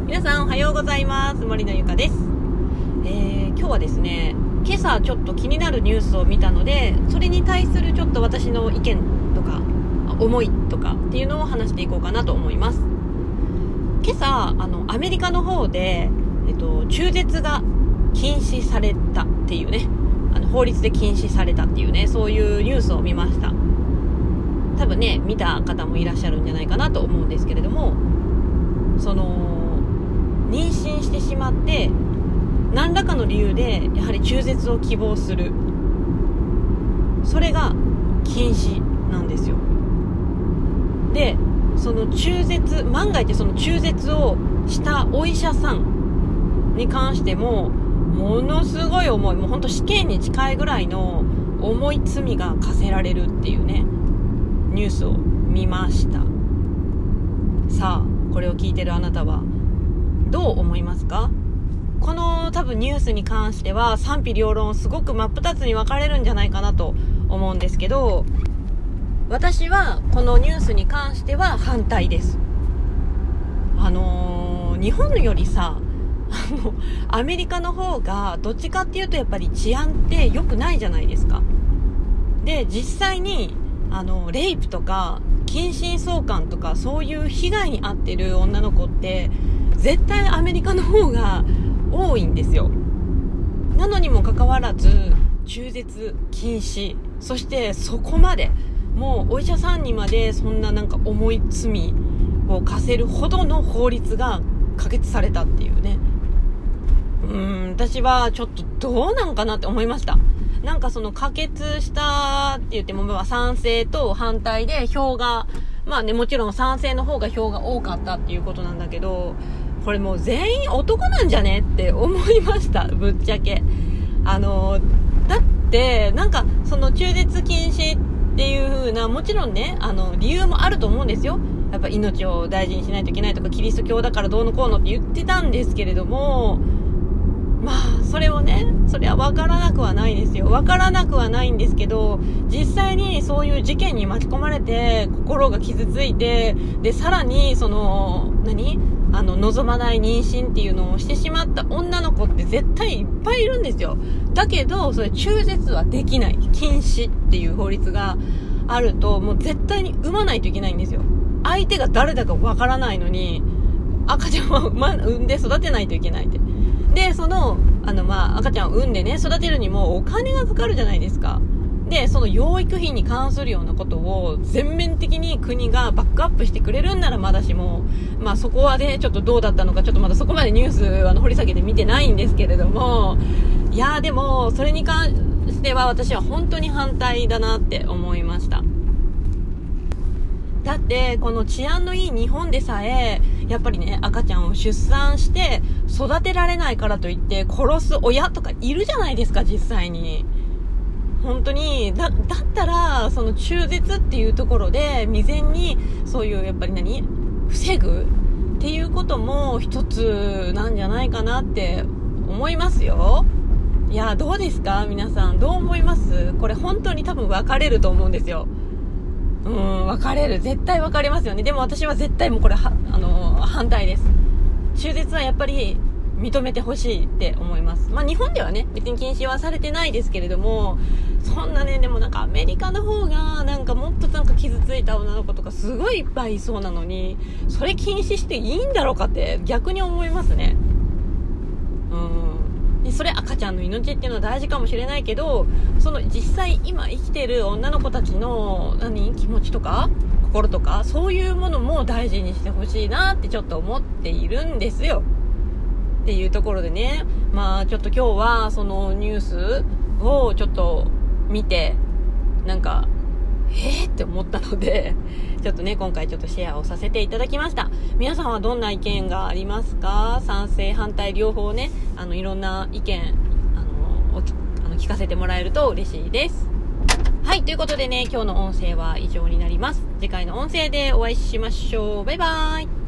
皆さんおはようございます。森のゆかです。今日はですね、今朝ちょっと気になるニュースを見たので、それに対するちょっと私の意見とか思いとかっていうのを話していこうかなと思います。今朝アメリカの方で、中絶が禁止されたっていうね、法律で禁止されたっていうね、そういうニュースを見ました。多分ね、見た方もいらっしゃるんじゃないかなと思うんですけれども、妊娠してしまって何らかの理由でやはり中絶を希望する、それが禁止なんですよ。で、その中絶、万が一その中絶をしたお医者さんに関してもものすごい重い、もうほんと死刑に近いぐらいの重い罪が課せられるっていうね、ニュースを見ました。さあ、これを聞いてるあなたはどう思いますか？この多分ニュースに関しては賛否両論、すごく真っ二つに分かれるんじゃないかなと思うんですけど、私はこのニュースに関しては反対です。日本よりさ、アメリカの方がどっちかっていうとやっぱり治安って良くないじゃないですか。で、実際にレイプとか近親相関とかそういう被害に遭ってる女の子って絶対アメリカの方が多いんですよ。なのにもかかわらず中絶禁止、そしてそこまでもうお医者さんにまでそんななんか重い罪を課せるほどの法律が可決されたっていうね。私はちょっとどうなんかなって思いました。なんかその可決したって言っても、賛成と反対で票が、もちろん賛成の方が票が多かったっていうことなんだけど、これもう全員男なんじゃねって思いました、ぶっちゃけ。だってなんかその中絶禁止っていう風な、もちろんね、理由もあると思うんですよ。やっぱ命を大事にしないといけないとか、キリスト教だからどうのこうのって言ってたんですけれども、それをね、それは分からなくはないですよ。分からなくはないんですけど、実際にそういう事件に巻き込まれて心が傷ついて、でさらに望まない妊娠っていうのをしてしまった女の子って絶対いっぱいいるんですよ。だけどそれ中絶はできない、禁止っていう法律があると、もう絶対に産まないといけないんですよ。相手が誰だか分からないのに赤ちゃんを産んで育てないといけないって。で、赤ちゃんを産んでね、育てるにもお金がかかるじゃないですか。で、その養育費に関するようなことを全面的に国がバックアップしてくれるんならまだしも、そこはね、ちょっとどうだったのか、ちょっとまだそこまでニュース掘り下げて見てないんですけれども、いやでもそれに関しては私は本当に反対だなって思いました。だってこの治安のいい日本でさえやっぱりね、赤ちゃんを出産して育てられないからといって殺す親とかいるじゃないですか、実際に。本当にだったらその中絶っていうところで未然にそういうやっぱり防ぐっていうことも一つなんじゃないかなって思いますよ。いや、どうですか皆さん、どう思います？これ本当に多分分かれると思うんですよ。分かれる、絶対分かれますよね。でも私は絶対もうこれ反対です。中絶はやっぱり認めてほしいって思います。日本ではね、別に禁止はされてないですけれども、そんなね、でもなんかアメリカの方がなんかもっとなんか傷ついた女の子とかすごいいっぱいいそうなのに、それ禁止していいんだろうかって逆に思いますね。でそれ赤ちゃんの命っていうのは大事かもしれないけど、その実際今生きてる女の子たちの気持ちとか心とか、そういうものも大事にしてほしいなってちょっと思っているんですよ。っていうところでね、ちょっと今日はそのニュースをちょっと見てなんかって思ったので、ちょっとね今回ちょっとシェアをさせていただきました。皆さんはどんな意見がありますか？賛成反対両方ね、いろんな意見聞かせてもらえると嬉しいです。はい、ということでね、今日の音声は以上になります。次回の音声でお会いしましょう。バイバーイ。